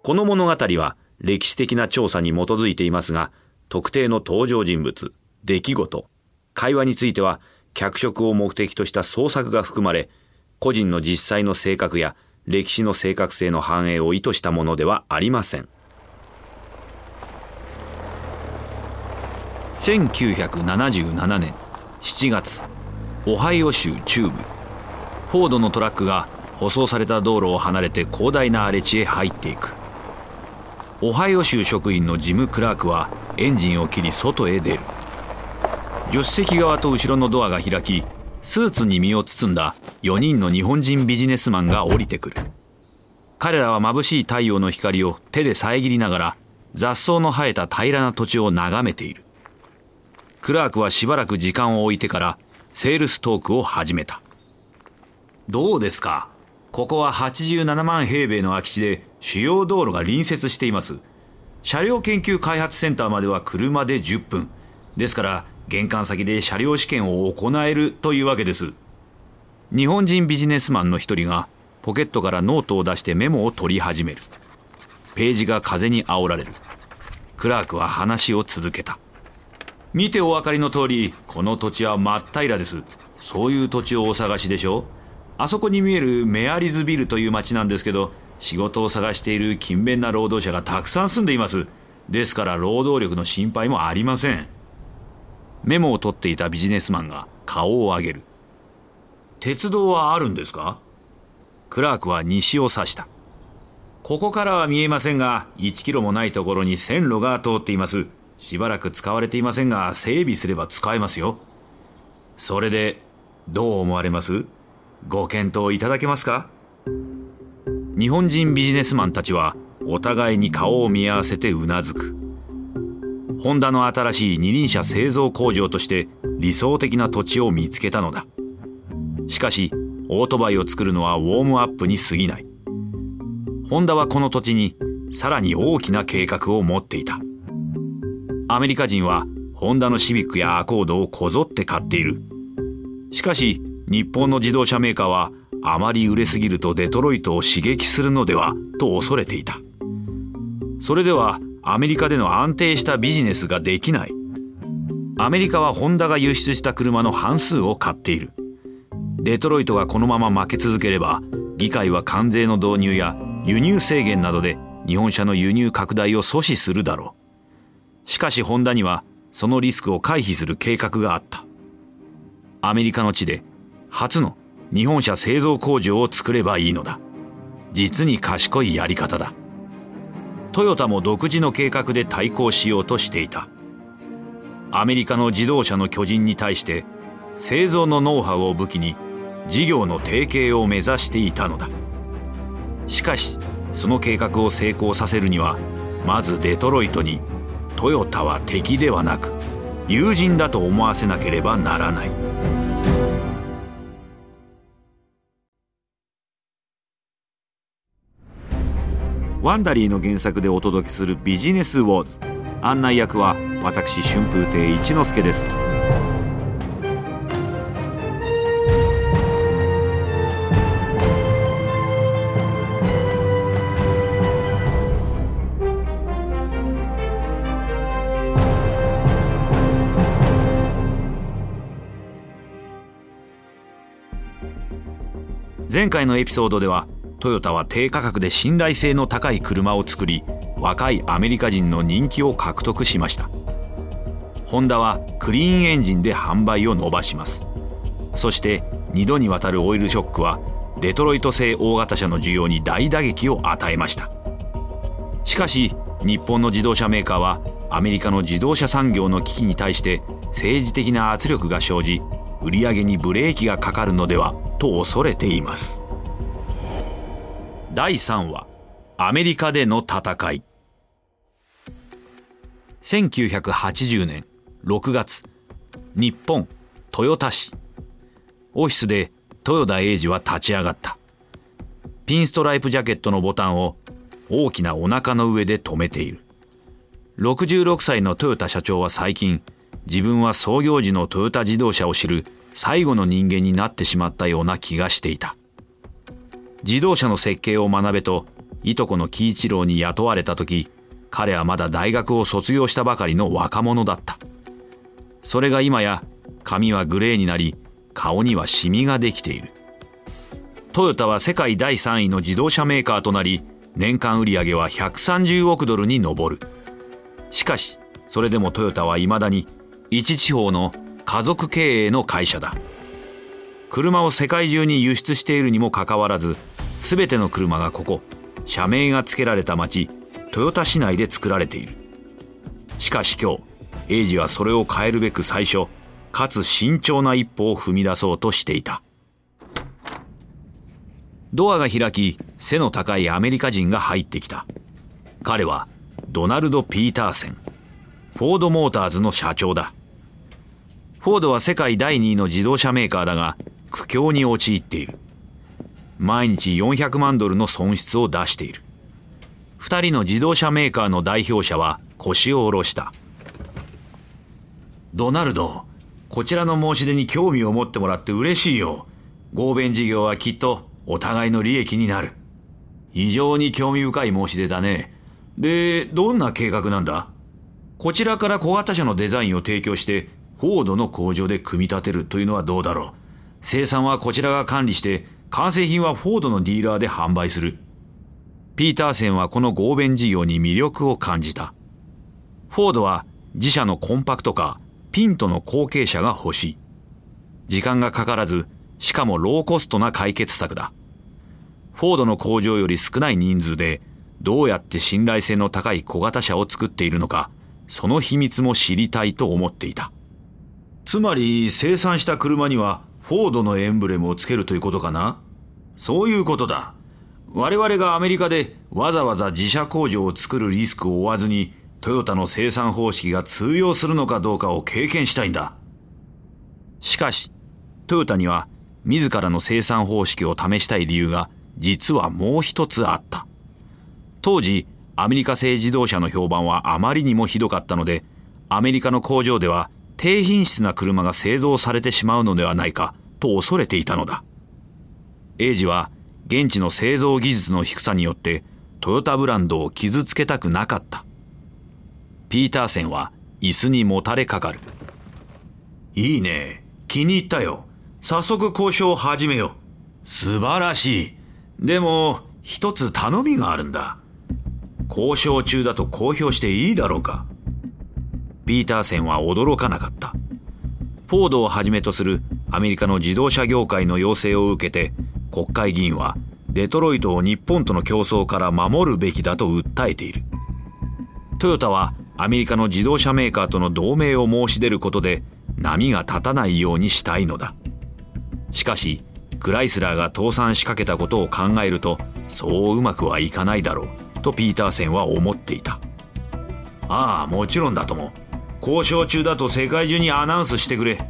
この物語は歴史的な調査に基づいていますが、特定の登場人物、出来事、会話については脚色を目的とした創作が含まれ、個人の実際の性格や歴史の正確性の反映を意図したものではありません。1977年7月、オハイオ州中部、フォードのトラックが舗装された道路を離れて広大な荒れ地へ入っていく。オハイオ州職員のジム・クラークはエンジンを切り外へ出る。助手席側と後ろのドアが開き、スーツに身を包んだ4人の日本人ビジネスマンが降りてくる。彼らは眩しい太陽の光を手で遮りながら雑草の生えた平らな土地を眺めている。クラークはしばらく時間を置いてからセールストークを始めた。どうですか？ここは87万平米の空き地で主要道路が隣接しています。車両研究開発センターまでは車で10分。ですから玄関先で車両試験を行えるというわけです。日本人ビジネスマンの一人がポケットからノートを出してメモを取り始める。ページが風に煽られる。クラークは話を続けた。見てお分かりの通り、この土地は真っ平らです。そういう土地をお探しでしょ？あそこに見えるメアリズビルという町なんですけど、仕事を探している勤勉な労働者がたくさん住んでいます。ですから労働力の心配もありません。メモを取っていたビジネスマンが顔を上げる。鉄道はあるんですか？クラークは西を指した。ここからは見えませんが、1キロもないところに線路が通っています。しばらく使われていませんが、整備すれば使えますよ。それでどう思われます？ご検討いただけますか？日本人ビジネスマンたちはお互いに顔を見合わせてうなずく。ホンダの新しい二輪車製造工場として理想的な土地を見つけたのだ。しかしオートバイを作るのはウォームアップに過ぎない。ホンダはこの土地にさらに大きな計画を持っていた。アメリカ人はホンダのシビックやアコードをこぞって買っている。しかし日本の自動車メーカーはあまり売れすぎるとデトロイトを刺激するのではと恐れていた。それではアメリカでの安定したビジネスができない。アメリカはホンダが輸出した車の半数を買っている。デトロイトがこのまま負け続ければ、議会は関税の導入や輸入制限などで日本車の輸入拡大を阻止するだろう。しかしホンダにはそのリスクを回避する計画があった。アメリカの地で初の日本車製造工場を作ればいいのだ。実に賢いやり方だ。トヨタも独自の計画で対抗しようとしていた。アメリカの自動車の巨人に対して製造のノウハウを武器に事業の提携を目指していたのだ。しかしその計画を成功させるには、まずデトロイトにトヨタは敵ではなく友人だと思わせなければならない。ワンダリーの原作でお届けするビジネスウォーズ。案内役は私春風亭一之輔です。前回のエピソードではトヨタは低価格で信頼性の高い車を作り、若いアメリカ人の人気を獲得しました。ホンダはクリーンエンジンで販売を伸ばします。そして2度にわたるオイルショックはデトロイト製大型車の需要に大打撃を与えました。しかし日本の自動車メーカーはアメリカの自動車産業の危機に対して政治的な圧力が生じ、売り上げにブレーキがかかるのではと恐れています。第3話、アメリカでの戦い。1980年6月、日本豊田市。オフィスで豊田英二は立ち上がった。ピンストライプジャケットのボタンを大きなお腹の上で止めている。66歳の豊田社長は最近、自分は創業時のトヨタ自動車を知る最後の人間になってしまったような気がしていた。自動車の設計を学べといとこの喜一郎に雇われた時、彼はまだ大学を卒業したばかりの若者だった。それが今や髪はグレーになり、顔にはシミができている。トヨタは世界第3位の自動車メーカーとなり、年間売上は130億ドルに上る。しかし、それでもトヨタは未だに一地方の家族経営の会社だ。車を世界中に輸出しているにもかかわらず、すべての車がここ、社名が付けられた町、豊田市内で作られている。しかし今日、英二はそれを変えるべく最初、かつ慎重な一歩を踏み出そうとしていた。ドアが開き、背の高いアメリカ人が入ってきた。彼はドナルド・ピーターセン、フォードモーターズの社長だ。フォードは世界第2位の自動車メーカーだが、苦境に陥っている。毎日400万ドルの損失を出している。2人の自動車メーカーの代表者は腰を下ろした。ドナルド、こちらの申し出に興味を持ってもらって嬉しいよ。合弁事業はきっとお互いの利益になる。非常に興味深い申し出だね。で、どんな計画なんだ？こちらから小型車のデザインを提供して、フォードの工場で組み立てるというのはどうだろう。生産はこちらが管理して、完成品はフォードのディーラーで販売する。ピーターセンはこの合弁事業に魅力を感じた。フォードは自社のコンパクトカー、ピントの後継者が欲しい。時間がかからず、しかもローコストな解決策だ。フォードの工場より少ない人数で、どうやって信頼性の高い小型車を作っているのか、その秘密も知りたいと思っていた。つまり生産した車にはフォードのエンブレムをつけるということかな？そういうことだ。我々がアメリカでわざわざ自社工場を作るリスクを負わずに、トヨタの生産方式が通用するのかどうかを経験したいんだ。しかし、トヨタには自らの生産方式を試したい理由が実はもう一つあった。当時、アメリカ製自動車の評判はあまりにもひどかったので、アメリカの工場では低品質な車が製造されてしまうのではないかと恐れていたのだ。英二は現地の製造技術の低さによってトヨタブランドを傷つけたくなかった。ピーターセンは椅子にもたれかかる。いいね。気に入ったよ。早速交渉を始めよう。素晴らしい。でも、一つ頼みがあるんだ。交渉中だと公表していいだろうか。ピーターセンは驚かなかった。フォードをはじめとするアメリカの自動車業界の要請を受けて、国会議員はデトロイトを日本との競争から守るべきだと訴えている。トヨタはアメリカの自動車メーカーとの同盟を申し出ることで波が立たないようにしたいのだ。しかし、クライスラーが倒産しかけたことを考えると、そううまくはいかないだろうとピーターセンは思っていた。ああ、もちろんだとも。交渉中だと世界中にアナウンスしてくれ。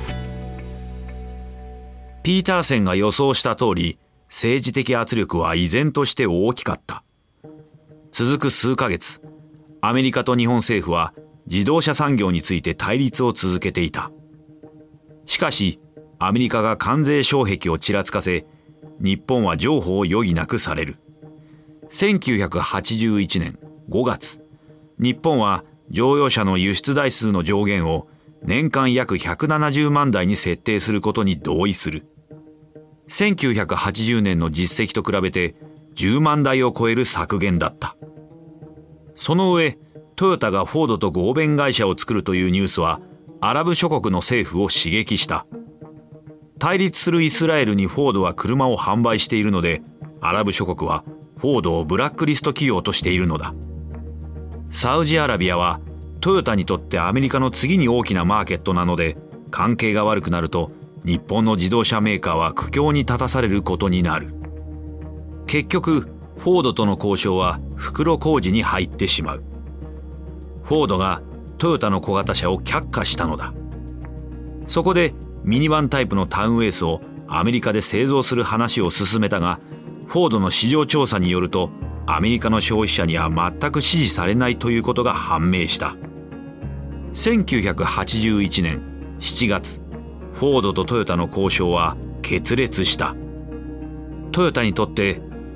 ピーターセンが予想した通り、政治的圧力は依然として大きかった。続く数ヶ月、アメリカと日本政府は自動車産業について対立を続けていた。しかし、アメリカが関税障壁をちらつかせ、日本は譲歩を余儀なくされる。1981年5月、日本は乗用車の輸出台数の上限を年間約170万台に設定することに同意する。1980年の実績と比べて10万台を超える削減だった。その上、トヨタがフォードと合弁会社を作るというニュースはアラブ諸国の政府を刺激した。対立するイスラエルにフォードは車を販売しているので、アラブ諸国はフォードをブラックリスト企業としているのだ。サウジアラビアはトヨタにとってアメリカの次に大きなマーケットなので、関係が悪くなると日本の自動車メーカーは苦境に立たされることになる。結局、フォードとの交渉は袋小路に入ってしまう。フォードがトヨタの小型車を却下したのだ。そこでミニバンタイプのタウンエースをアメリカで製造する話を進めたが、フォードの市場調査によると、アメリカの消費者には全く支持されないということが判明した。1981年7月、フォードとトヨタの交渉は決裂した。トヨタにとって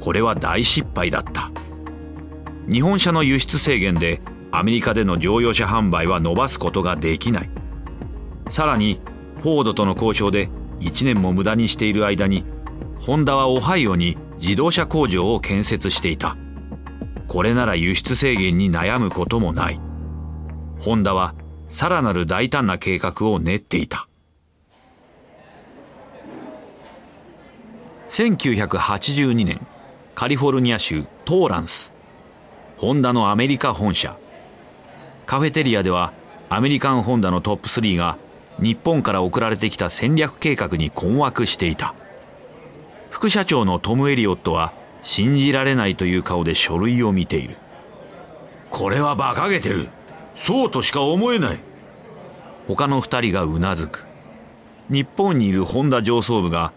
これは大失敗だった。日本車の輸出制限でアメリカでの乗用車販売は伸ばすことができない。さらにフォードとの交渉で1年も無駄にしている間に、ホンダはオハイオに自動車工場を建設していた。これなら輸出制限に悩むこともない。ホンダはさらなる大胆な計画を練っていた。1982年、カリフォルニア州トーランス、ホンダのアメリカ本社。カフェテリアではアメリカンホンダのトップ3が日本から送られてきた戦略計画に困惑していた。副社長のトム・エリオットは信じられないという顔で書類を見ている。これは馬鹿げてる。そうとしか思えない。他の2人がうなずく。日本にいるホンダ上層部が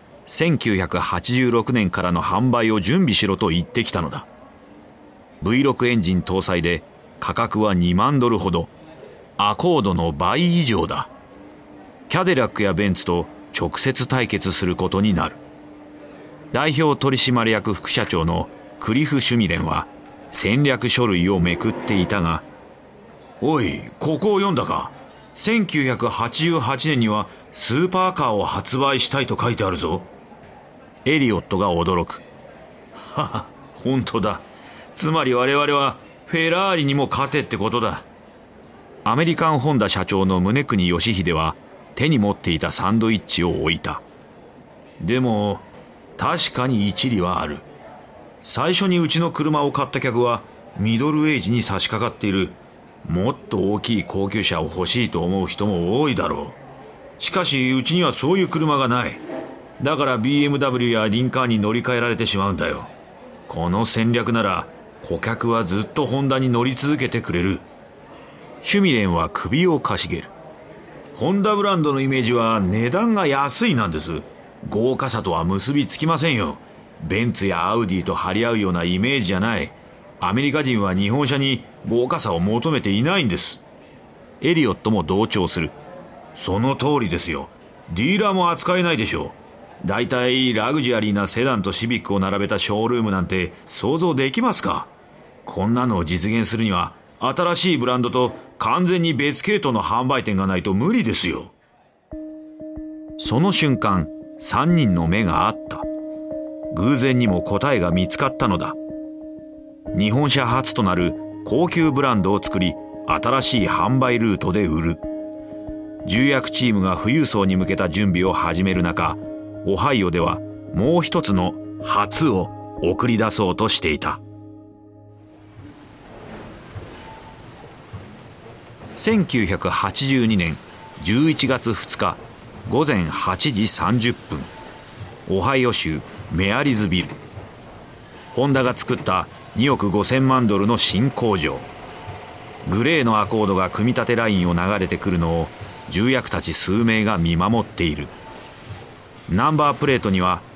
1986年からの販売を準備しろと言ってきたのだ。V6 エンジン搭載で価格は2万ドルほど。アコードの倍以上だ。キャデラックやベンツと直接対決することになる。代表取締役副社長のクリフ・シュミレンは戦略書類をめくっていたが、おい、ここを読んだか。1988年にはスーパーカーを発売したいと書いてあるぞ。エリオットが驚く。はは、本当だ。つまり我々はフェラーリにも勝てってことだ。アメリカンホンダ社長の宗国義秀は手に持っていたサンドイッチを置いた。でも確かに一理はある。最初にうちの車を買った客はミドルエイジに差し掛かっている。もっと大きい高級車を欲しいと思う人も多いだろう。しかしうちにはそういう車がない。だから BMW やリンカーンに乗り換えられてしまうんだよ。この戦略なら顧客はずっとホンダに乗り続けてくれる。シュミレンは首をかしげる。ホンダブランドのイメージは値段が安いなんです。豪華さとは結びつきませんよ。ベンツやアウディと張り合うようなイメージじゃない。アメリカ人は日本車に豪華さを求めていないんです。エリオットも同調する。その通りですよ。ディーラーも扱えないでしょう。だいたいラグジュアリーなセダンとシビックを並べたショールームなんて想像できますか。こんなのを実現するには新しいブランドと完全に別系統の販売店がないと無理ですよ。その瞬間、3人の目が合った。偶然にも答えが見つかったのだ。日本車初となる高級ブランドを作り、新しい販売ルートで売る。重役チームが富裕層に向けた準備を始める中、オハイオではもう一つの初を送り出そうとしていた。1982年11月2日午前8時30分、オハイオ州メアリズビル。ホンダが作った2億5000万ドルの新工場。グレーのアコードが組み立てラインを流れてくるのを重役たち数名が見守っている。ナンバープレートには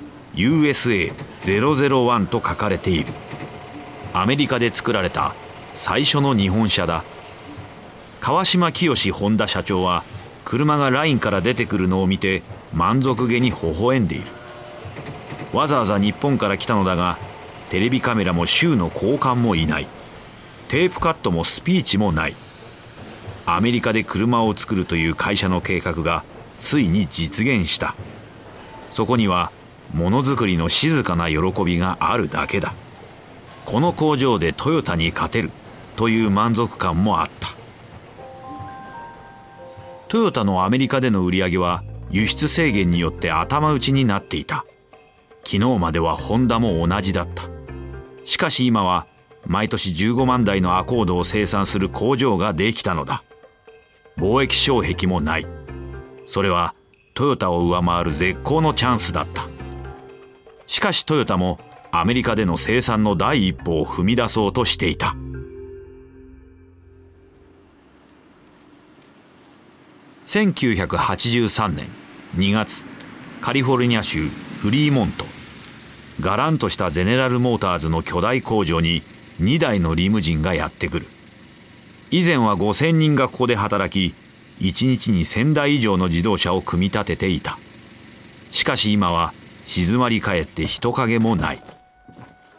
USA001 と書かれている。アメリカで作られた最初の日本車だ。川島清ホンダ社長は車がラインから出てくるのを見て満足げに微笑んでいる。わざわざ日本から来たのだが、テレビカメラも州の高官もいない。テープカットもスピーチもない。アメリカで車を作るという会社の計画がついに実現した。そこにはものづくりの静かな喜びがあるだけだ。この工場でトヨタに勝てるという満足感もあった。トヨタのアメリカでの売り上げは輸出制限によって頭打ちになっていた。昨日まではホンダも同じだった。しかし今は毎年15万台のアコードを生産する工場ができたのだ。貿易障壁もない。それはトヨタを上回る絶好のチャンスだった。しかしトヨタもアメリカでの生産の第一歩を踏み出そうとしていた。1983年2月、カリフォルニア州フリーモント。がらんとしたゼネラルモーターズの巨大工場に2台のリムジンがやってくる。以前は5000人がここで働き、1日に1000台以上の自動車を組み立てていた。しかし今は静まり返って人影もない。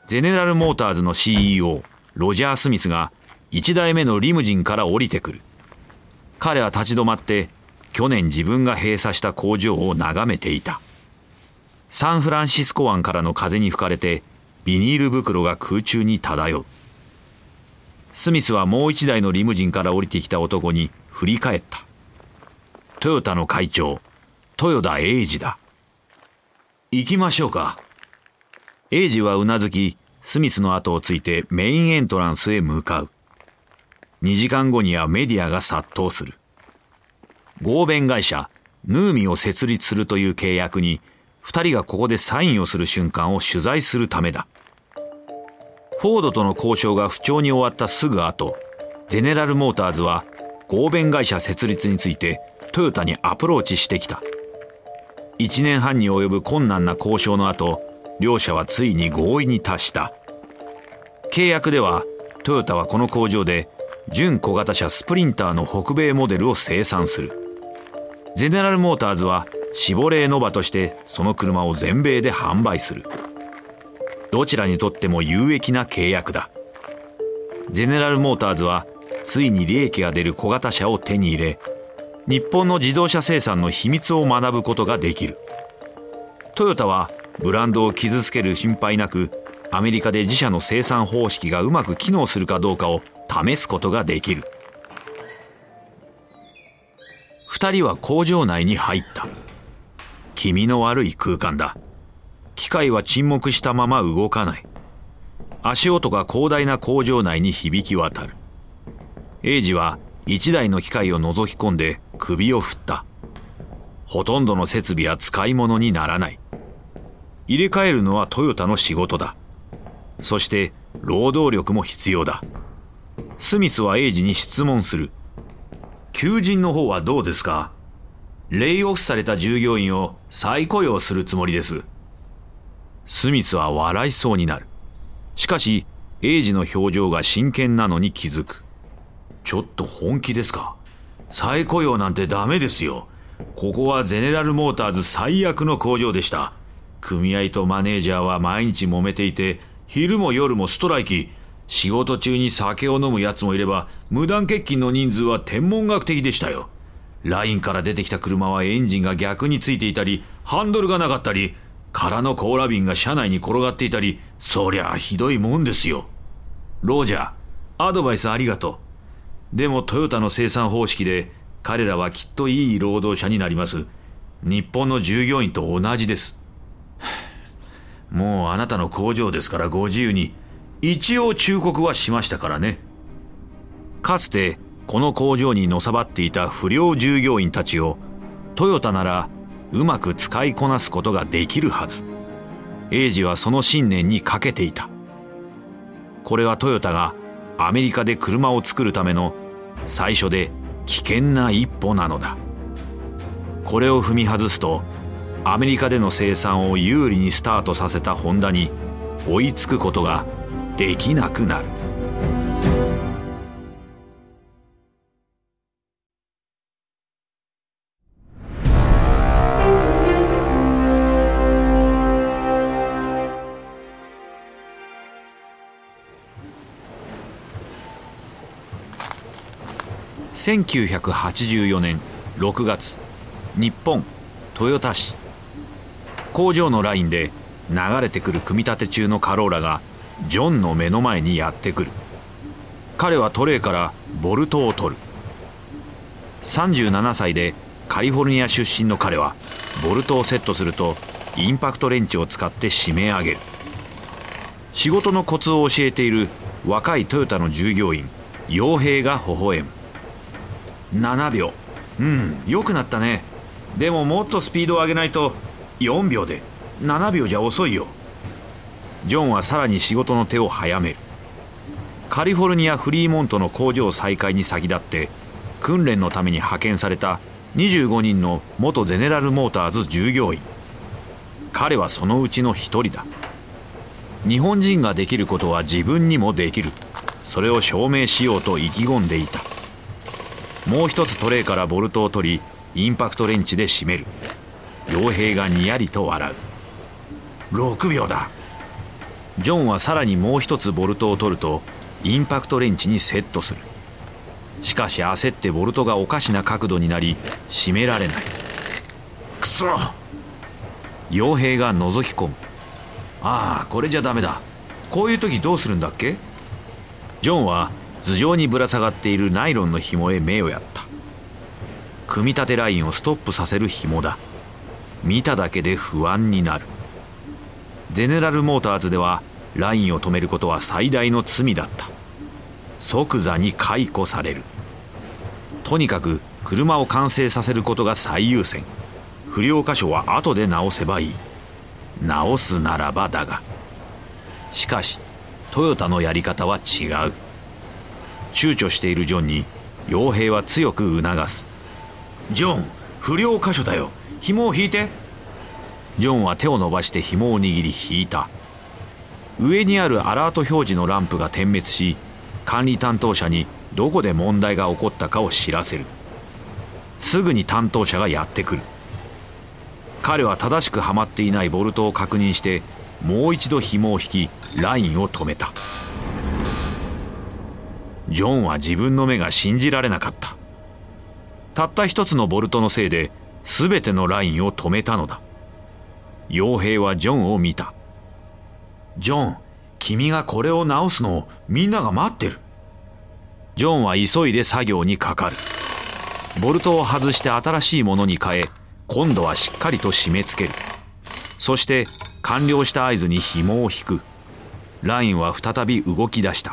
ゼネラルモーターズの CEO ロジャー・スミスが1台目のリムジンから降りてくる。彼は立ち止まって去年自分が閉鎖した工場を眺めていた。サンフランシスコ湾からの風に吹かれてビニール袋が空中に漂う。スミスはもう1台のリムジンから降りてきた男に振り返った。トヨタの会長、豊田英二だ。行きましょうか。英二はうなずき、スミスの後をついてメインエントランスへ向かう。2時間後にはメディアが殺到する。合弁会社ヌーミを設立するという契約に2人がここでサインをする瞬間を取材するためだ。フォードとの交渉が不調に終わったすぐ後、ゼネラルモーターズは合弁会社設立についてトヨタにアプローチしてきた。1年半に及ぶ困難な交渉の後、両者はついに合意に達した。契約ではトヨタはこの工場で準小型車スプリンターの北米モデルを生産する。ゼネラルモーターズはシボレーノバとしてその車を全米で販売する。どちらにとっても有益な契約だ。ゼネラルモーターズはついに利益が出る小型車を手に入れ、日本の自動車生産の秘密を学ぶことができる。トヨタはブランドを傷つける心配なく、アメリカで自社の生産方式がうまく機能するかどうかを試すことができる。2人は工場内に入った。気味の悪い空間だ。機械は沈黙したまま動かない。足音が広大な工場内に響き渡る。英二は1台の機械を覗き込んで首を振った。ほとんどの設備は使い物にならない。入れ替えるのはトヨタの仕事だ。そして労働力も必要だ。スミスは英二に質問する。求人の方はどうですか？レイオフされた従業員を再雇用するつもりです。スミスは笑いそうになる。しかし英二の表情が真剣なのに気づく。ちょっと本気ですか？再雇用なんてダメですよ。ここはゼネラルモーターズ最悪の工場でした。組合とマネージャーは毎日揉めていて、昼も夜もストライキ。仕事中に酒を飲む奴もいれば、無断欠勤の人数は天文学的でしたよ。ラインから出てきた車はエンジンが逆についていたり、ハンドルがなかったり、空のコーラ瓶が車内に転がっていたり、そりゃひどいもんですよ。ロジャー、アドバイスありがとう。でもトヨタの生産方式で、彼らはきっといい労働者になります。日本の従業員と同じです。もうあなたの工場ですからご自由に。一応忠告はしましたからね。かつてこの工場にのさばっていた不良従業員たちをトヨタならうまく使いこなすことができるはず。英二はその信念にかけていた。これはトヨタがアメリカで車を作るための最初で危険な一歩なのだ。これを踏み外すとアメリカでの生産を有利にスタートさせたホンダに追いつくことができなくなる。1984年6月、日本豊田市。工場のラインで流れてくる組み立て中のカローラがジョンの目の前にやってくる。彼はトレーからボルトを取る。37歳でカリフォルニア出身の彼はボルトをセットするとインパクトレンチを使って締め上げる。仕事のコツを教えている若いトヨタの従業員陽平が微笑む。7秒。良くなったね。でももっとスピードを上げないと。4秒で。7秒じゃ遅いよ。ジョンはさらに仕事の手を早める。カリフォルニアフリーモントの工場再開に先立って訓練のために派遣された25人の元ゼネラルモーターズ従業員。彼はそのうちの一人だ。日本人ができることは自分にもできる。それを証明しようと意気込んでいた。もう一つトレーからボルトを取りインパクトレンチで締める。陽平がにやりと笑う。6秒だ。 ジョンはさらにもう一つボルトを取るとインパクトレンチにセットする。しかし焦ってボルトがおかしな角度になり締められない。くそ！傭兵が覗き込む。ああ、これじゃダメだ。こういう時どうするんだっけ？ジョンは頭上にぶら下がっているナイロンの紐へ目をやった。組み立てラインをストップさせる紐だ。見ただけで不安になる。ゼネラルモーターズではラインを止めることは最大の罪だった。即座に解雇される。とにかく車を完成させることが最優先。不良箇所は後で直せばいい。直すならばだが。しかしトヨタのやり方は違う。躊躇しているジョンに傭兵は強く促す。ジョン、不良箇所だよ。紐を引いて。ジョンは手を伸ばして紐を握り引いた。上にあるアラート表示のランプが点滅し、管理担当者にどこで問題が起こったかを知らせる。すぐに担当者がやってくる。彼は正しくはまっていないボルトを確認してもう一度紐を引きラインを止めた。ジョンは自分の目が信じられなかった。たった一つのボルトのせいで全てのラインを止めたのだ。傭兵はジョンを見た。ジョン、君がこれを直すのをみんなが待ってる。ジョンは急いで作業にかかる。ボルトを外して新しいものに変え、今度はしっかりと締め付ける。そして完了した合図に紐を引く。ラインは再び動き出した。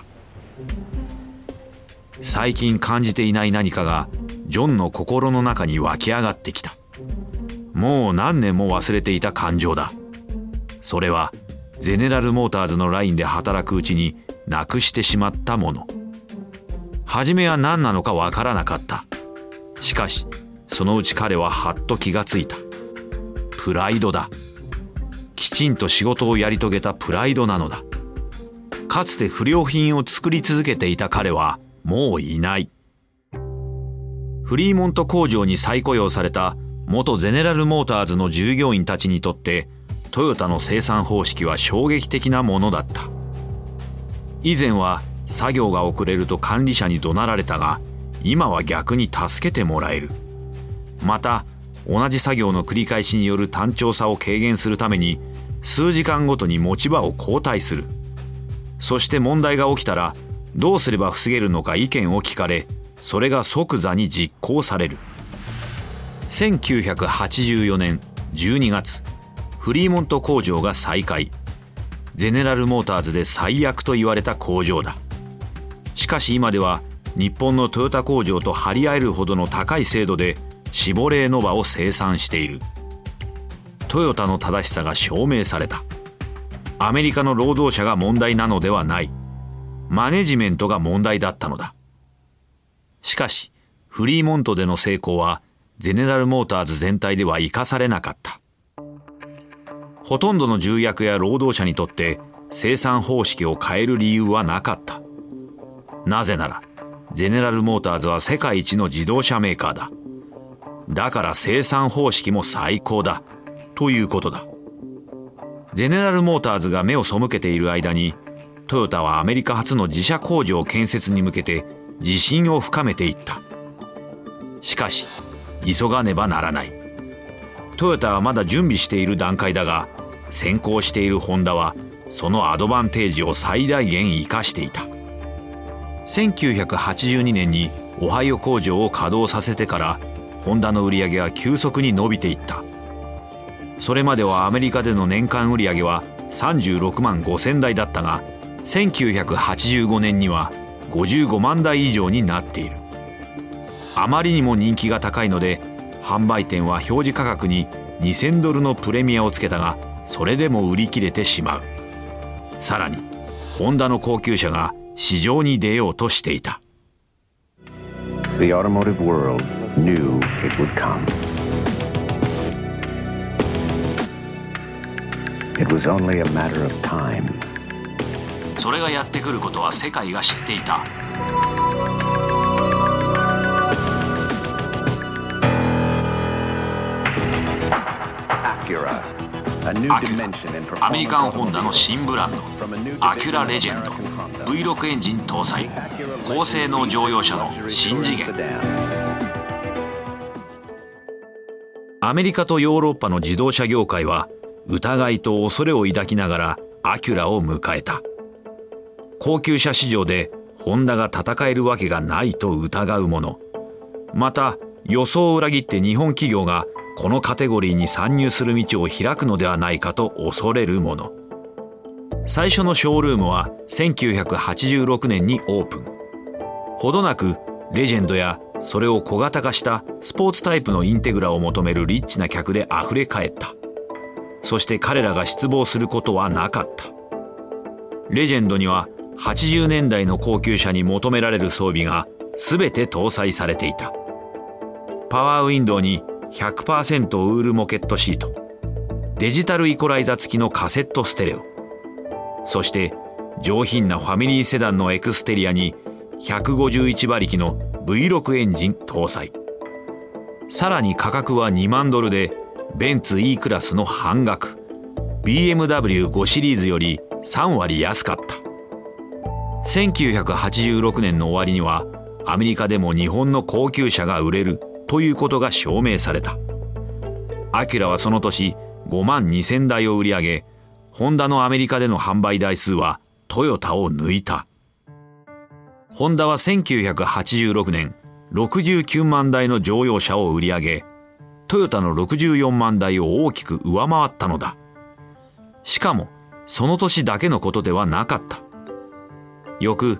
最近感じていない何かがジョンの心の中に湧き上がってきた。もう何年も忘れていた感情だ。それはゼネラルモーターズのラインで働くうちになくしてしまったもの。初めは何なのかわからなかった。しかしそのうち彼ははっと気がついた。プライドだ。きちんと仕事をやり遂げたプライドなのだ。かつて不良品を作り続けていた彼はもういない。フリーモント工場に再雇用された元ゼネラルモーターズの従業員たちにとってトヨタの生産方式は衝撃的なものだった。以前は作業が遅れると管理者に怒鳴られたが、今は逆に助けてもらえる。また同じ作業の繰り返しによる単調さを軽減するために数時間ごとに持ち場を交代する。そして問題が起きたらどうすれば防げるのか意見を聞かれ、それが即座に実行される。1984年12月、フリーモント工場が再開。ゼネラルモーターズで最悪と言われた工場だ。しかし今では日本のトヨタ工場と張り合えるほどの高い精度でシボレーノバを生産している。トヨタの正しさが証明された。アメリカの労働者が問題なのではない。マネジメントが問題だったのだ。しかしフリーモントでの成功はゼネラルモーターズ全体では生かされなかった。ほとんどの重役や労働者にとって生産方式を変える理由はなかった。なぜならゼネラルモーターズは世界一の自動車メーカーだ。だから生産方式も最高だということだ。ゼネラルモーターズが目を背けている間にトヨタはアメリカ初の自社工場建設に向けて自信を深めていった。しかし急がねばならない。トヨタはまだ準備している段階だが、先行しているホンダはそのアドバンテージを最大限生かしていた。1982年にオハイオ工場を稼働させてからホンダの売り上げは急速に伸びていった。それまではアメリカでの年間売り上げは36万5千台だったが、1985年には55万台以上になっている。あまりにも人気が高いので販売店は表示価格に$2000のプレミアをつけたが、それでも売り切れてしまう。さらにホンダの高級車が市場に出ようとしていた。 The automotive world knew it would come. It was only a matter of time. それがやってくることは世界が知っていた。 Acura, アキュラ、アメリカンホンダの新ブランドアキュラレジェンド V6 エンジン搭載高性能乗用車の新次元。アメリカとヨーロッパの自動車業界は疑いと恐れを抱きながらアキュラを迎えた。高級車市場でホンダが戦えるわけがないと疑う者、また予想を裏切って日本企業がこのカテゴリーに参入する道を開くのではないかと恐れる者。最初のショールームは1986年にオープン。ほどなくレジェンドやそれを小型化したスポーツタイプのインテグラを求めるリッチな客であふれ返った。そして彼らが失望することはなかった。レジェンドには80年代の高級車に求められる装備が全て搭載されていた。パワーウィンドウに 100% ウールモケットシート、デジタルイコライザ付きのカセットステレオ、そして上品なファミリーセダンのエクステリアに151馬力の V6 エンジン搭載。さらに価格は2万ドルでベンツ E クラスの半額、 BMW5 シリーズより3割安かった。1986年の終わりにはアメリカでも日本の高級車が売れるということが証明された。アキュラはその年5万2000台を売り上げ、ホンダのアメリカでの販売台数はトヨタを抜いた。ホンダは1986年69万台の乗用車を売り上げ、トヨタの64万台を大きく上回ったのだ。しかもその年だけのことではなかった。翌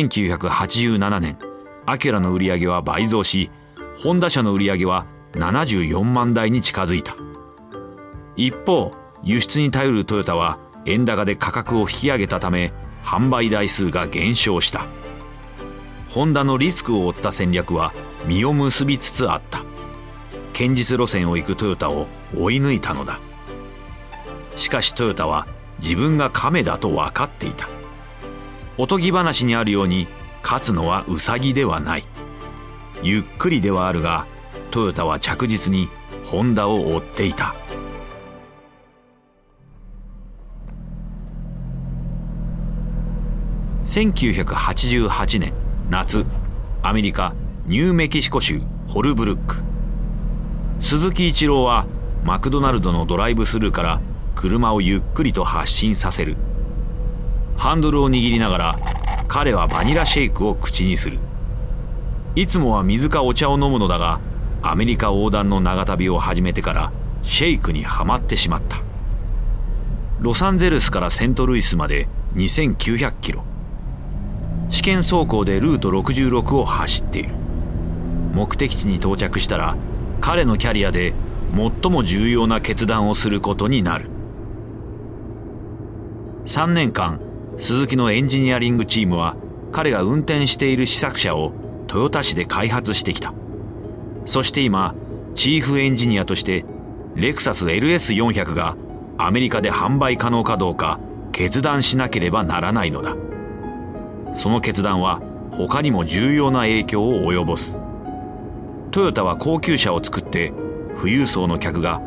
1987年、アキュラの売り上げは倍増し、ホンダ車の売り上げは74万台に近づいた。一方、輸出に頼るトヨタは円高で価格を引き上げたため、販売台数が減少した。ホンダのリスクを負った戦略は実を結びつつあった。堅実路線を行くトヨタを追い抜いたのだ。しかしトヨタは自分が亀だと分かっていた。おとぎ話にあるように、勝つのはウサギではない。ゆっくりではあるが、トヨタは着実にホンダを追っていた。1988年夏、アメリカニューメキシコ州ホルブルック。鈴木一郎はマクドナルドのドライブスルーから車をゆっくりと発進させる。ハンドルを握りながら彼はバニラシェイクを口にする。いつもは水かお茶を飲むのだが、アメリカ横断の長旅を始めてからシェイクにはまってしまった。ロサンゼルスからセントルイスまで2900キロ。試験走行でルート66を走っている。目的地に到着したら彼のキャリアで最も重要な決断をすることになる。3年間鈴木のエンジニアリングチームは彼が運転している試作車をトヨタ市で開発してきた。そして今チーフエンジニアとしてレクサス LS400 がアメリカで販売可能かどうか決断しなければならないのだ。その決断は他にも重要な影響を及ぼす。トヨタは高級車を作って富裕層の客が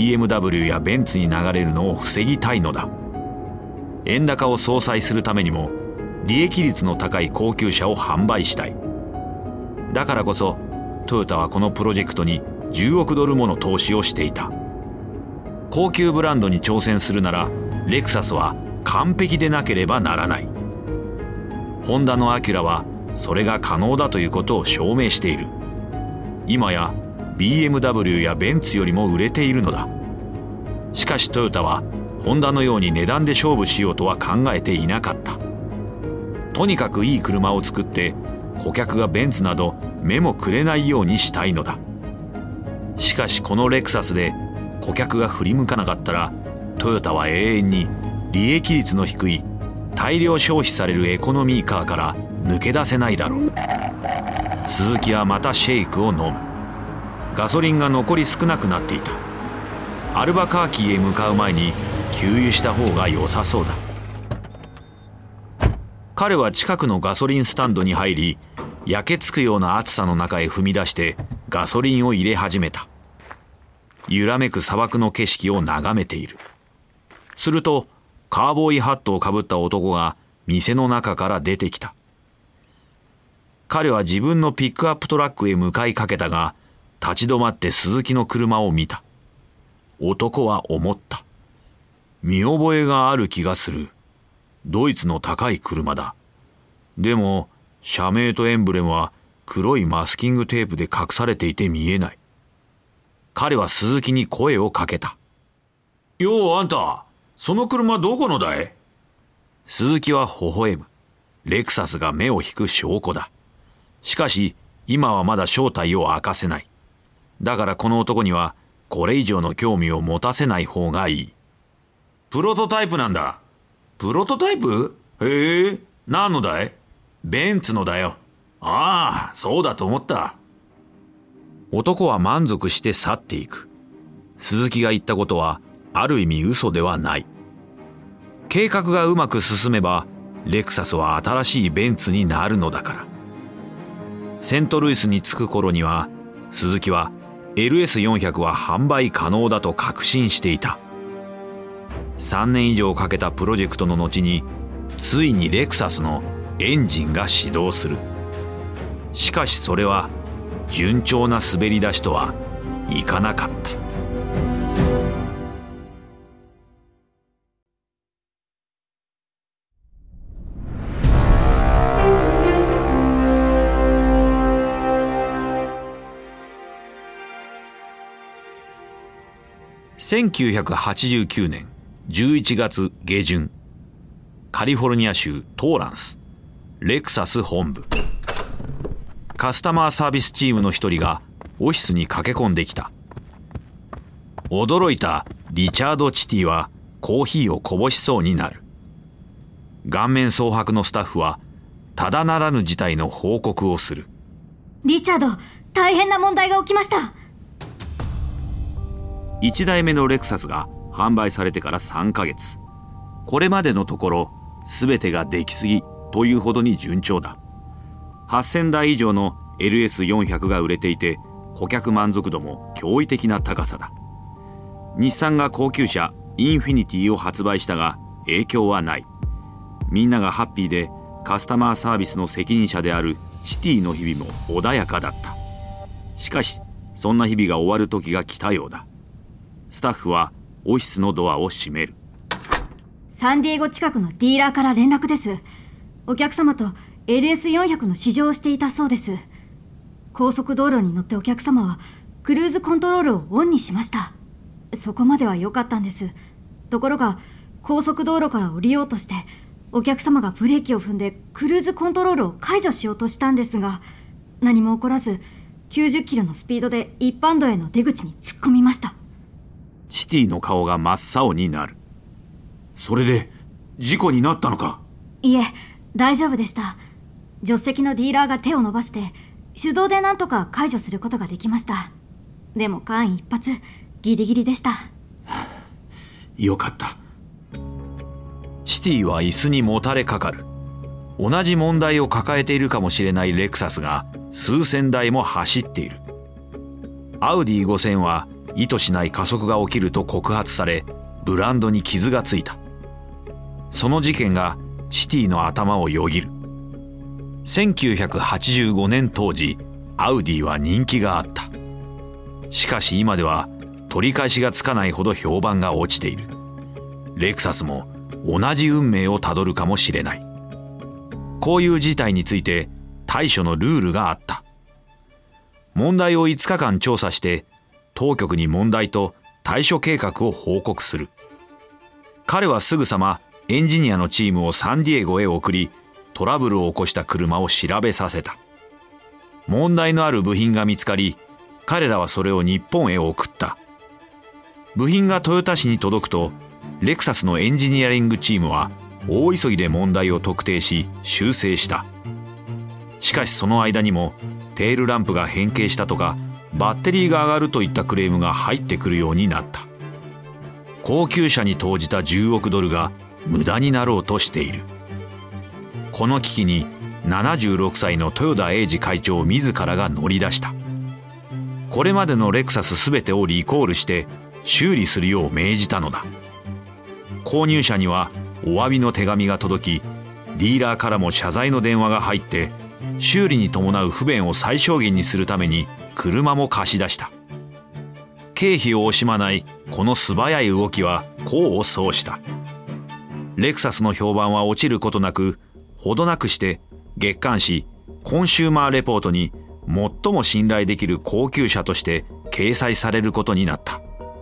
BMW やベンツに流れるのを防ぎたいのだ。円高を相殺するためにも利益率の高い高級車を販売したい。だからこそトヨタはこのプロジェクトに10億ドルもの投資をしていた。高級ブランドに挑戦するならレクサスは完璧でなければならない。ホンダのアキュラはそれが可能だということを証明している。今や BMW やベンツよりも売れているのだ。しかしトヨタはホンダのように値段で勝負しようとは考えていなかった。とにかくいい車を作って顧客がベンツなど目もくれないようにしたいのだ。しかしこのレクサスで顧客が振り向かなかったらトヨタは永遠に利益率の低い大量消費されるエコノミーカーから抜け出せないだろう。鈴木はまたシェイクを飲む。ガソリンが残り少なくなっていた。アルバカーキへ向かう前に給油した方が良さそうだ。彼は近くのガソリンスタンドに入り、焼けつくような暑さの中へ踏み出してガソリンを入れ始めた。揺らめく砂漠の景色を眺めている。 するとカーボーイハットをかぶった男が店の中から出てきた。彼は自分のピックアップトラックへ向かいかけたが、立ち止まって鈴木の車を見た。男は思った。見覚えがある気がする。ドイツの高い車だ。でも社名とエンブレムは黒いマスキングテープで隠されていて見えない。彼は鈴木に声をかけた。ようあんた、その車どこのだい？鈴木は微笑む。レクサスが目を引く証拠だ。しかし今はまだ正体を明かせない。だからこの男にはこれ以上の興味を持たせない方がいい。プロトタイプなんだ。プロトタイプ？へえ、何のだい？ベンツのだよ。ああ、そうだと思った。男は満足して去っていく。鈴木が言ったことはある意味嘘ではない。計画がうまく進めばレクサスは新しいベンツになるのだから。セントルイスに着く頃には鈴木は LS400 は販売可能だと確信していた。3年以上かけたプロジェクトの後についにレクサスのエンジンが始動する。しかしそれは順調な滑り出しとはいかなかった。1989年11月下旬、カリフォルニア州トーランス、レクサス本部。カスタマーサービスチームの一人がオフィスに駆け込んできた。驚いたリチャード・チティはコーヒーをこぼしそうになる。顔面蒼白のスタッフはただならぬ事態の報告をする。 リチャード、大変な問題が起きました。 1台目のレクサスが販売されてから3ヶ月。これまでのところ全てが出来すぎというほどに順調だ。8000台以上の LS400 が売れていて、顧客満足度も驚異的な高さだ。日産が高級車インフィニティを発売したが影響はない。みんながハッピーで、カスタマーサービスの責任者であるシティの日々も穏やかだった。しかしそんな日々が終わる時が来たようだ。スタッフはオフィスのドアを閉める。 サンディエゴ近くのディーラーから連絡です。お客様と LS400 の試乗をしていたそうです。高速道路に乗ってお客様はクルーズコントロールをオンにしました。そこまでは良かったんです。ところが高速道路から降りようとしてお客様がブレーキを踏んでクルーズコントロールを解除しようとしたんですが、何も起こらず90キロのスピードで一般道への出口に突っ込みました。 シティの顔が真っ青になる。それで事故になったのか？ いえ、大丈夫でした。助手席のディーラーが手を伸ばして手動で何とか解除することができました。でも間一髪ギリギリでした。 よかった。シティは椅子にもたれかかる。同じ問題を抱えているかもしれないレクサスが数千台も走っている。アウディ5000は意図しない加速が起きると告発され、ブランドに傷がついた。その事件がシティの頭をよぎる。1985年当時、アウディは人気があった。しかし今では取り返しがつかないほど評判が落ちている。レクサスも同じ運命をたどるかもしれない。こういう事態について対処のルールがあった。問題を5日間調査して当局に問題と対処計画を報告する。彼はすぐさまエンジニアのチームをサンディエゴへ送り、トラブルを起こした車を調べさせた。問題のある部品が見つかり、彼らはそれを日本へ送った。部品が豊田市に届くと、レクサスのエンジニアリングチームは大急ぎで問題を特定し修正した。しかしその間にもテールランプが変形したとか、バッテリーが上がるといったクレームが入ってくるようになった。高級車に投じた10億ドルが無駄になろうとしている。この危機に76歳の豊田英二会長自らが乗り出した。これまでのレクサスすべてをリコールして修理するよう命じたのだ。 購入者にはお詫びの手紙が届き、ディーラーからも謝罪の電話が入って、修理に伴う不便を最小限にするために車も貸し出した。経費を惜しまないこの素早い動きは功を奏した。レクサスの評判は落ちることなく、ほどなくして月刊誌コンシューマーレポートに最も信頼できる高級車として掲載されることになった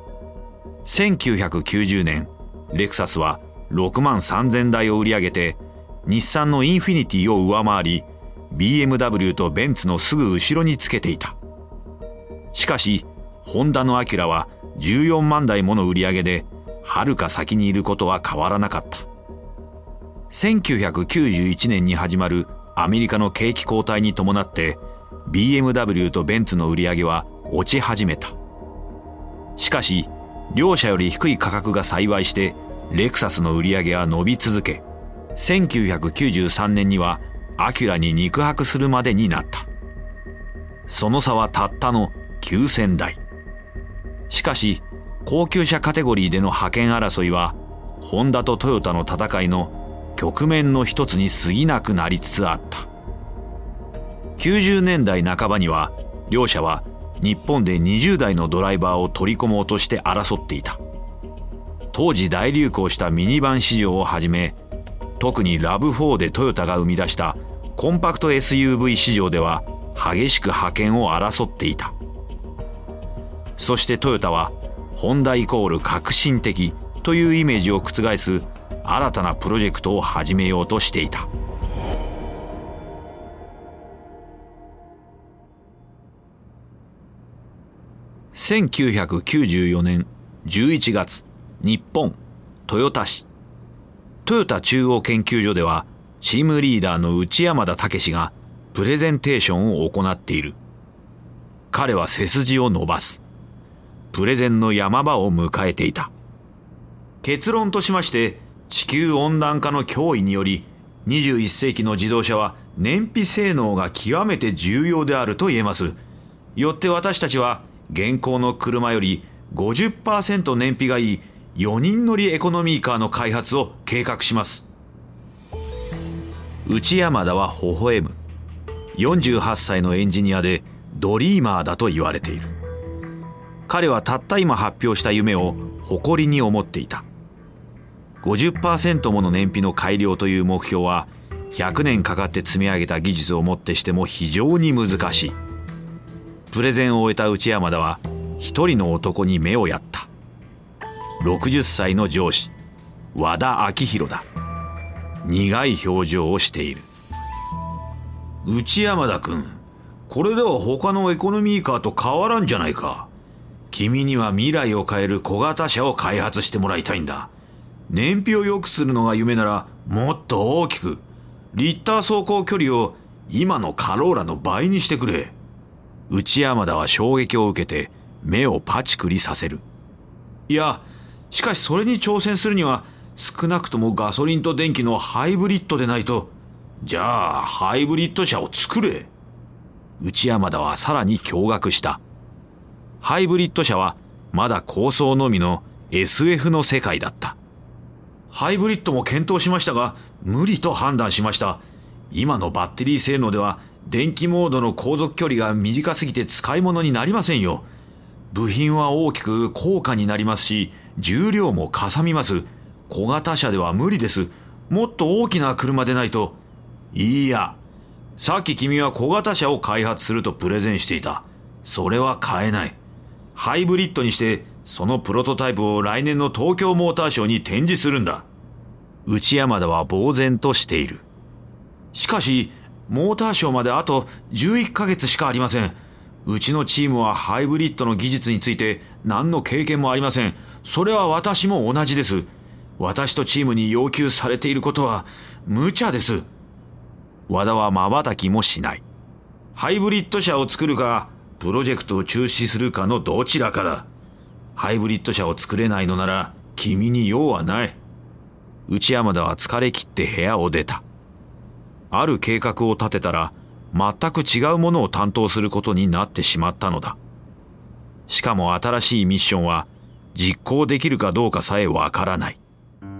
。1990年、レクサスは6万3000台を売り上げて、日産のインフィニティを上回り、BMW とベンツのすぐ後ろにつけていた。しかし、ホンダのアキュラは14万台もの売り上げで、はるか先にいることは変わらなかった。1991年に始まるアメリカの景気後退に伴って、BMW とベンツの売り上げは落ち始めた。しかし、両社より低い価格が幸いして、レクサスの売り上げは伸び続け、1993年にはアキュラに肉薄するまでになった。その差はたったの9000台。しかし、高級車カテゴリーでの覇権争いは、ホンダとトヨタの戦いの局面の一つに過ぎなくなりつつあった。90年代半ばには、両社は日本で20代のドライバーを取り込もうとして争っていた。当時大流行したミニバン市場をはじめ、特にラブ4でトヨタが生み出したコンパクト SUV 市場では激しく覇権を争っていた。そしてトヨタはホンダイコール革新的というイメージを覆す新たなプロジェクトを始めようとしていた。1994年11月、日本豊田市。トヨタ中央研究所では、チームリーダーの内山田武がプレゼンテーションを行っている。彼は背筋を伸ばす。プレゼンの山場を迎えていた。結論としまして、地球温暖化の脅威により、21世紀の自動車は燃費性能が極めて重要であると言えます。よって私たちは、現行の車より 50% 燃費がいい4人乗りエコノミーカーの開発を計画します。内山田は微笑む。48歳のエンジニアでドリーマーだと言われている。彼はたった今発表した夢を誇りに思っていた。50% もの燃費の改良という目標は100年かかって積み上げた技術をもってしても非常に難しい。プレゼンを終えた内山田は一人の男に目をやった。60歳の上司、和田昭弘だ。苦い表情をしている。内山田君、これでは他のエコノミーカーと変わらんじゃないか。君には未来を変える小型車を開発してもらいたいんだ。燃費を良くするのが夢ならもっと大きく、リッター走行距離を今のカローラの倍にしてくれ。内山田は衝撃を受けて目をパチクリさせる。いや、しかしそれに挑戦するには少なくともガソリンと電気のハイブリッドでないと。じゃあハイブリッド車を作れ。内山田はさらに驚愕した。ハイブリッド車はまだ構想のみの SF の世界だった。ハイブリッドも検討しましたが無理と判断しました。今のバッテリー性能では電気モードの航続距離が短すぎて使い物になりませんよ。部品は大きく高価になりますし、重量もかさみます。小型車では無理です。もっと大きな車でないと。いいや、さっき君は小型車を開発するとプレゼンしていた。それは変えない。ハイブリッドにしてそのプロトタイプを来年の東京モーターショーに展示するんだ。内山田は呆然としている。しかしモーターショーまであと11ヶ月しかありません。うちのチームはハイブリッドの技術について何の経験もありません。それは私も同じです。私とチームに要求されていることは無茶です。和田は瞬きもしない。ハイブリッド車を作るかプロジェクトを中止するかのどちらかだ。ハイブリッド車を作れないのなら君に用はない。内山田は疲れ切って部屋を出た。ある計画を立てたら全く違うものを担当することになってしまったのだ。しかも新しいミッションは実行できるかどうかさえわからない。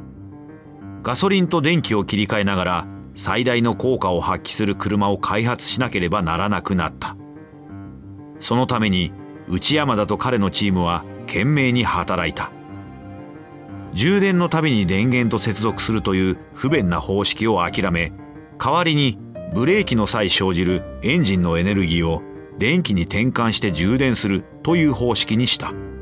ガソリンと電気を切り替えながら最大の効果を発揮する車を開発しなければならなくなった。そのために内山田と彼のチームは懸命に働いた。充電のたびに電源と接続するという不便な方式を諦め、代わりにブレーキの際生じるエンジンのエネルギーを電気に転換して充電するという方式にした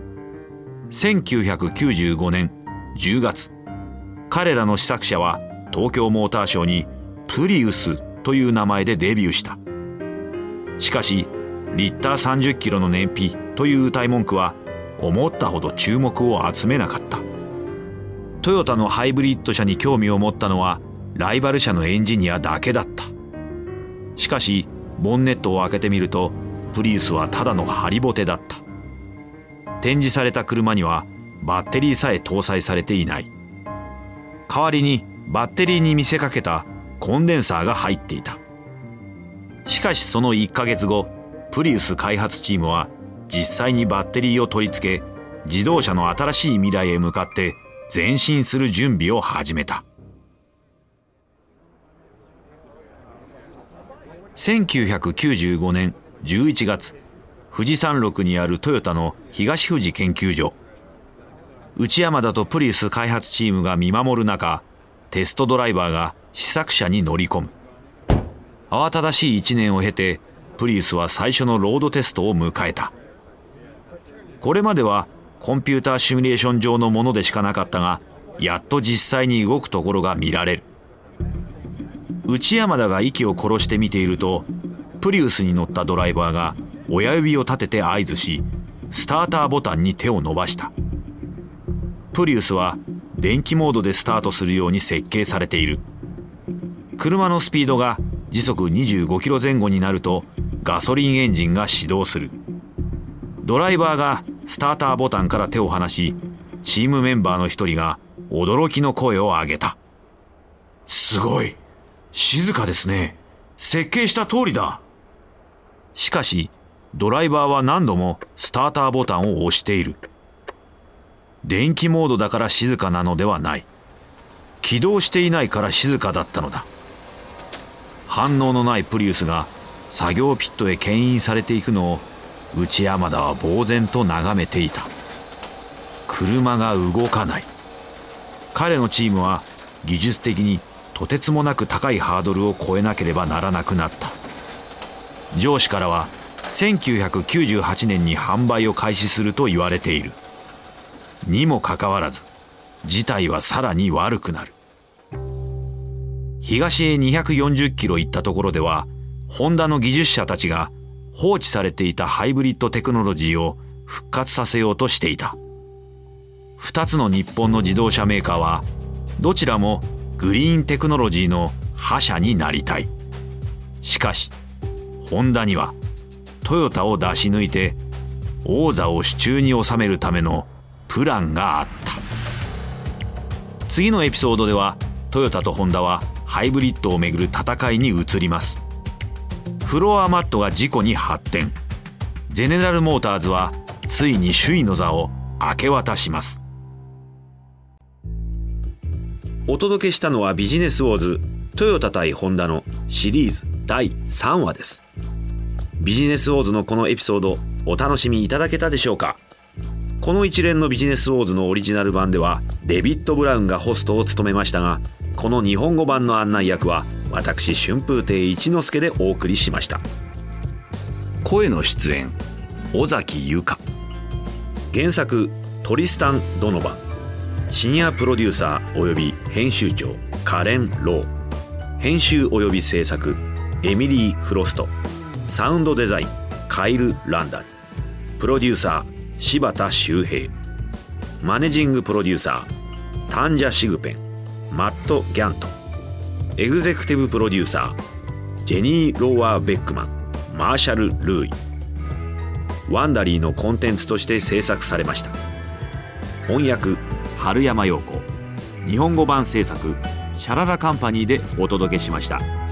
。1995年10月、彼らの試作車は東京モーターショーにプリウスという名前でデビューした。しかしリッター30キロの燃費という謳い文句は思ったほど注目を集めなかった。トヨタのハイブリッド車に興味を持ったのはライバル車のエンジニアだけだった。しかしボンネットを開けてみるとプリウスはただのハリボテだった。展示された車にはバッテリーさえ搭載されていない。代わりにバッテリーに見せかけたコンデンサーが入っていた。しかしその1ヶ月後、プリウス開発チームは実際にバッテリーを取り付け、自動車の新しい未来へ向かって前進する準備を始めた。1995年11月、富士山麓にあるトヨタの東富士研究所。内山田とプリウス開発チームが見守る中、テストドライバーが試作車に乗り込む。慌ただしい1年を経て、プリウスは最初のロードテストを迎えた。これまではコンピューターシミュレーション上のものでしかなかったが、やっと実際に動くところが見られる。内山田が息を殺して見ていると、プリウスに乗ったドライバーが親指を立てて合図し、スターターボタンに手を伸ばした。プリウスは電気モードでスタートするように設計されている。車のスピードが時速25キロ前後になるとガソリンエンジンが始動する。ドライバーがスターターボタンから手を離し、チームメンバーの一人が驚きの声を上げた。すごい、静かですね。設計した通りだ。しかしドライバーは何度もスターターボタンを押している。電気モードだから静かなのではない。起動していないから静かだったのだ。反応のないプリウスが作業ピットへ牽引されていくのを内山田は呆然と眺めていた。車が動かない。彼のチームは技術的にとてつもなく高いハードルを越えなければならなくなった。上司からは1998年に販売を開始すると言われている。にもかかわらず事態はさらに悪くなる。東へ240キロ行ったところでは、ホンダの技術者たちが放置されていたハイブリッドテクノロジーを復活させようとしていた。2つの日本の自動車メーカーはどちらもグリーンテクノロジーの覇者になりたい。しかしホンダにはトヨタを出し抜いて王座を手中に収めるためのプランがあった。次のエピソードではトヨタとホンダはハイブリッドをめぐる戦いに移ります。フロアマットが事故に発展。ゼネラルモーターズはついに首位の座を明け渡します。お届けしたのはビジネスウォーズトヨタ対ホンダのシリーズ第3話です。ビジネスウォーズのこのエピソードお楽しみいただけたでしょうか。この一連のビジネスウォーズのオリジナル版ではデビッド・ブラウンがホストを務めましたが、この日本語版の案内役は私春風亭一之輔でお送りしました。声の出演尾崎由香、原作トリスタン・ドノバン、シニアプロデューサーおよび編集長カレン・ロー、編集および制作エミリー・フロスト、サウンドデザインカイル・ランダル、プロデューサー柴田修平、マネジングプロデューサータンジャ・シグペン、マット・ギャント、エグゼクティブプロデューサージェニー・ローワー・ベックマン、マーシャル・ルーイ。ワンダリーのコンテンツとして制作されました。翻訳春山陽子、日本語版制作シャララカンパニーでお届けしました。